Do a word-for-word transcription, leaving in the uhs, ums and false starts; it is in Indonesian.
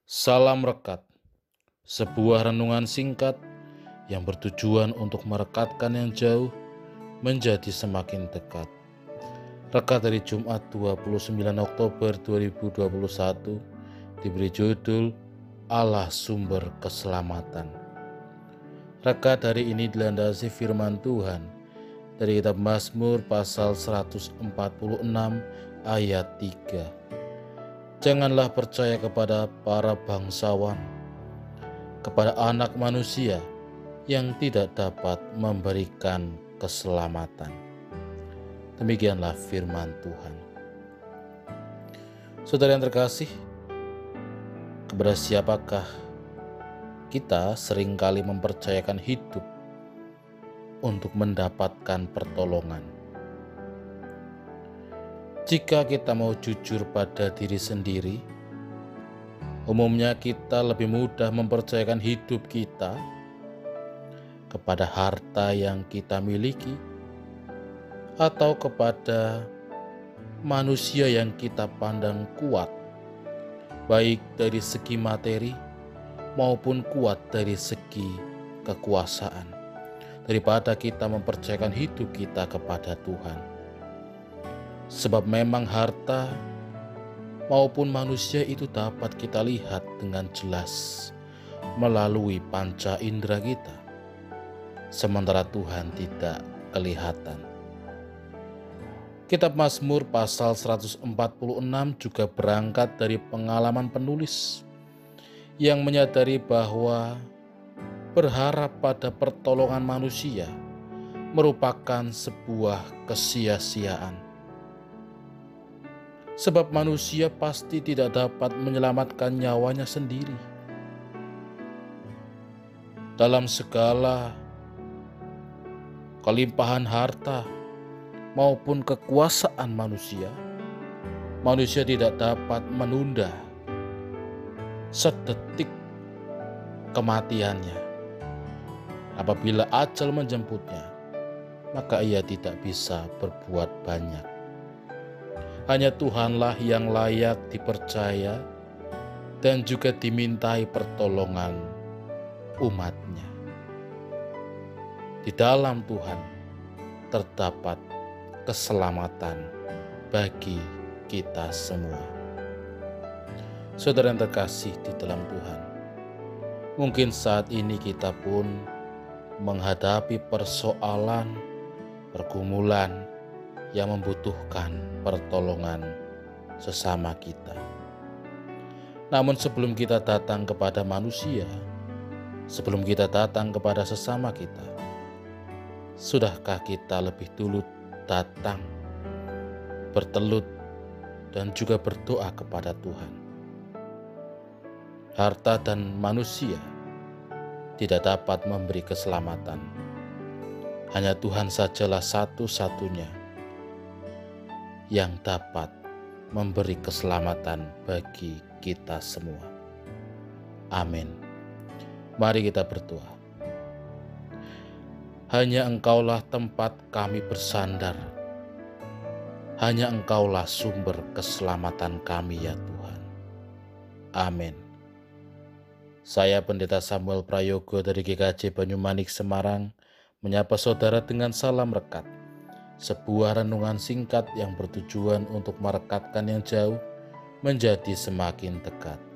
Salam Rekat, sebuah renungan singkat yang bertujuan untuk merekatkan yang jauh menjadi semakin dekat. Rekat dari Jumat dua puluh sembilan Oktober dua ribu dua puluh satu diberi judul Allah Sumber Keselamatan. Rekat hari ini dilandasi firman Tuhan dari kitab Mazmur pasal seratus empat puluh enam ayat tiga. Janganlah percaya kepada para bangsawan, kepada anak manusia yang tidak dapat memberikan keselamatan. Demikianlah firman Tuhan. Saudara yang terkasih, kepada siapakah kita seringkali mempercayakan hidup untuk mendapatkan pertolongan? Jika kita mau jujur pada diri sendiri, umumnya kita lebih mudah mempercayakan hidup kita kepada harta yang kita miliki atau kepada manusia yang kita pandang kuat, baik dari segi materi maupun kuat dari segi kekuasaan, daripada kita mempercayakan hidup kita kepada Tuhan. Sebab memang harta maupun manusia itu dapat kita lihat dengan jelas melalui panca indera kita, sementara Tuhan tidak kelihatan. Kitab Mazmur pasal seratus empat puluh enam juga berangkat dari pengalaman penulis yang menyadari bahwa berharap pada pertolongan manusia merupakan sebuah kesia-siaan. Sebab manusia pasti tidak dapat menyelamatkan nyawanya sendiri. Dalam segala kelimpahan harta maupun kekuasaan manusia, manusia tidak dapat menunda sedetik kematiannya. Apabila ajal menjemputnya, maka ia tidak bisa berbuat banyak. Hanya Tuhanlah yang layak dipercaya dan juga dimintai pertolongan umat-Nya. Di dalam Tuhan terdapat keselamatan bagi kita semua. Saudara yang terkasih di dalam Tuhan, mungkin saat ini kita pun menghadapi persoalan, pergumulan yang membutuhkan pertolongan sesama kita. Namun sebelum kita datang kepada manusia, sebelum kita datang kepada sesama kita, sudahkah kita lebih dulu datang, bertelut, dan juga berdoa kepada Tuhan? Harta dan manusia tidak dapat memberi keselamatan. Hanya Tuhan sajalah satu-satunya yang dapat memberi keselamatan bagi kita semua. Amin. Mari kita berdoa. Hanya Engkaulah tempat kami bersandar. Hanya Engkaulah sumber keselamatan kami ya Tuhan. Amin. Saya Pendeta Samuel Prayogo dari G K J Banyumanik Semarang menyapa saudara dengan salam rekat. Sebuah renungan singkat yang bertujuan untuk merekatkan yang jauh menjadi semakin dekat.